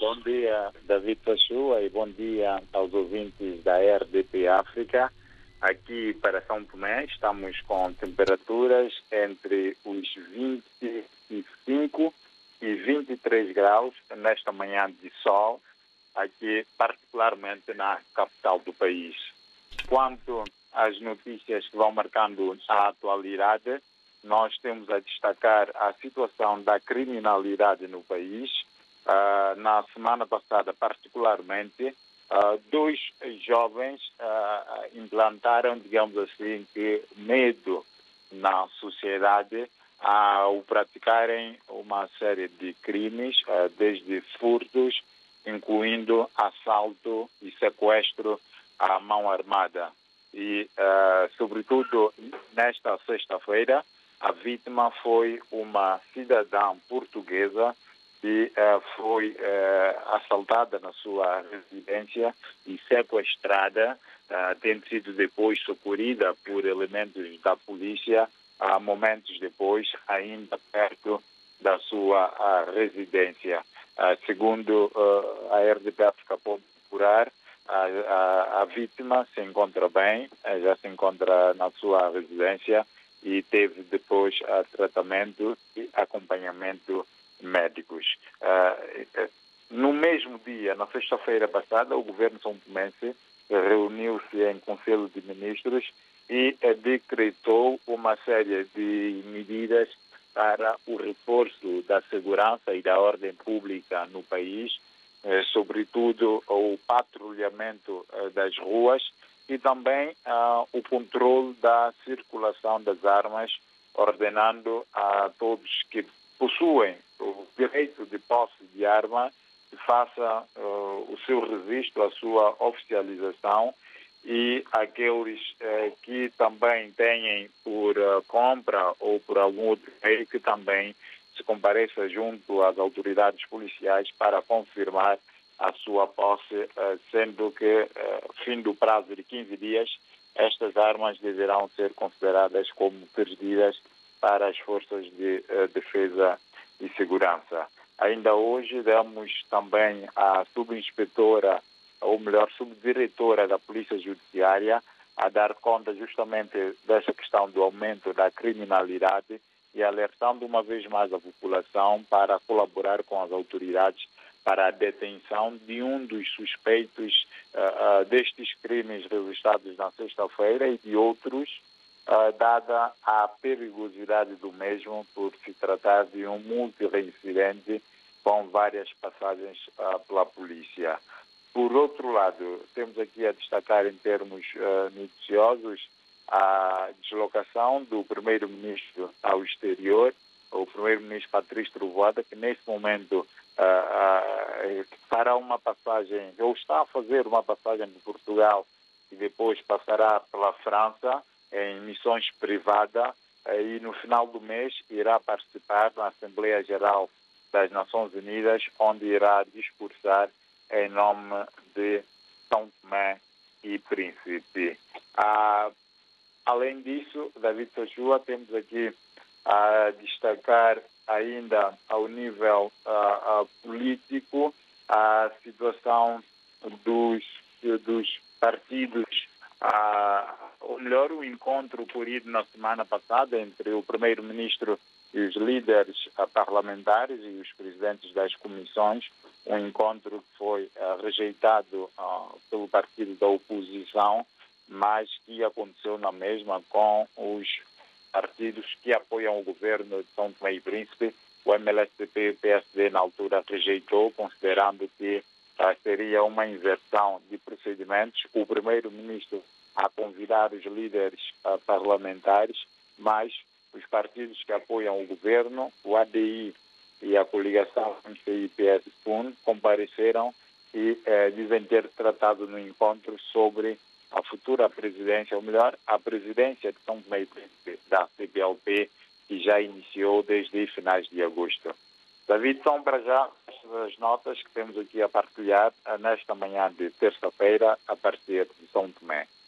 Bom dia, David Pachua, e bom dia aos ouvintes da RDP África. Aqui para São Tomé estamos com temperaturas entre os 25 e 23 graus nesta manhã de sol, aqui particularmente na capital do país. Quanto às notícias que vão marcando a atualidade, nós temos a destacar a situação da criminalidade no país. Na semana passada, particularmente, dois jovens implantaram, digamos assim, que medo na sociedade ao praticarem uma série de crimes, desde furtos, incluindo assalto e sequestro à mão armada. E, sobretudo, nesta sexta-feira, a vítima foi uma cidadã portuguesa que foi assaltada na sua residência e sequestrada, tendo sido depois socorrida por elementos da polícia, momentos depois, ainda perto da sua residência. Segundo a RDP África pode procurar, a vítima se encontra bem, já se encontra na sua residência e teve depois tratamento e acompanhamento médicos. No mesmo dia, na sexta-feira passada, o governo são tomense reuniu-se em Conselho de Ministros e decretou uma série de medidas para o reforço da segurança e da ordem pública no país, sobretudo o patrulhamento das ruas e também o controle da circulação das armas, ordenando a todos que possuem o direito de posse de arma que faça o seu registro, a sua oficialização, e aqueles que também têm por compra ou por algum outro meio que também se compareça junto às autoridades policiais para confirmar a sua posse, sendo que, fim do prazo de 15 dias, estas armas deverão ser consideradas como perdidas para as forças de defesa e segurança. Ainda hoje demos também à subinspetora, ou melhor, subdiretora da Polícia Judiciária, a dar conta justamente dessa questão do aumento da criminalidade e alertando uma vez mais a população para colaborar com as autoridades para a detenção de um dos suspeitos destes crimes registrados na sexta-feira e de outros, dada a perigosidade do mesmo por se tratar de um multireincidente com várias passagens pela polícia. Por outro lado, temos aqui a destacar em termos noticiosos a deslocação do primeiro-ministro ao exterior, o primeiro-ministro Patrício Trovoada, que nesse momento fará uma passagem, ou está a fazer uma passagem de Portugal e depois passará pela França em missões privadas e no final do mês irá participar na Assembleia Geral das Nações Unidas, onde irá discursar em nome de São Tomé e Príncipe. Além disso, David Pachua, temos aqui a destacar ainda ao nível político a situação dos partidos, ou melhor, o encontro ocorrido na semana passada entre o primeiro-ministro e os líderes parlamentares e os presidentes das comissões, um encontro que foi rejeitado pelo partido da oposição, mas que aconteceu na mesma com os partidos que apoiam o governo de São Tomé e Príncipe. O MLSTP e o PSD na altura rejeitou, considerando que seria uma inversão de procedimentos. O primeiro-ministro a convidar os líderes parlamentares, mas os partidos que apoiam o governo, o ADI e a coligação MCI-PS-PUN, compareceram e dizem ter tratado no encontro sobre a futura presidência, ou melhor, a presidência de São Tomé e Príncipe da CPLP, que já iniciou desde finais de agosto. David, são para já as notas que temos aqui a partilhar nesta manhã de terça-feira a partir de São Tomé.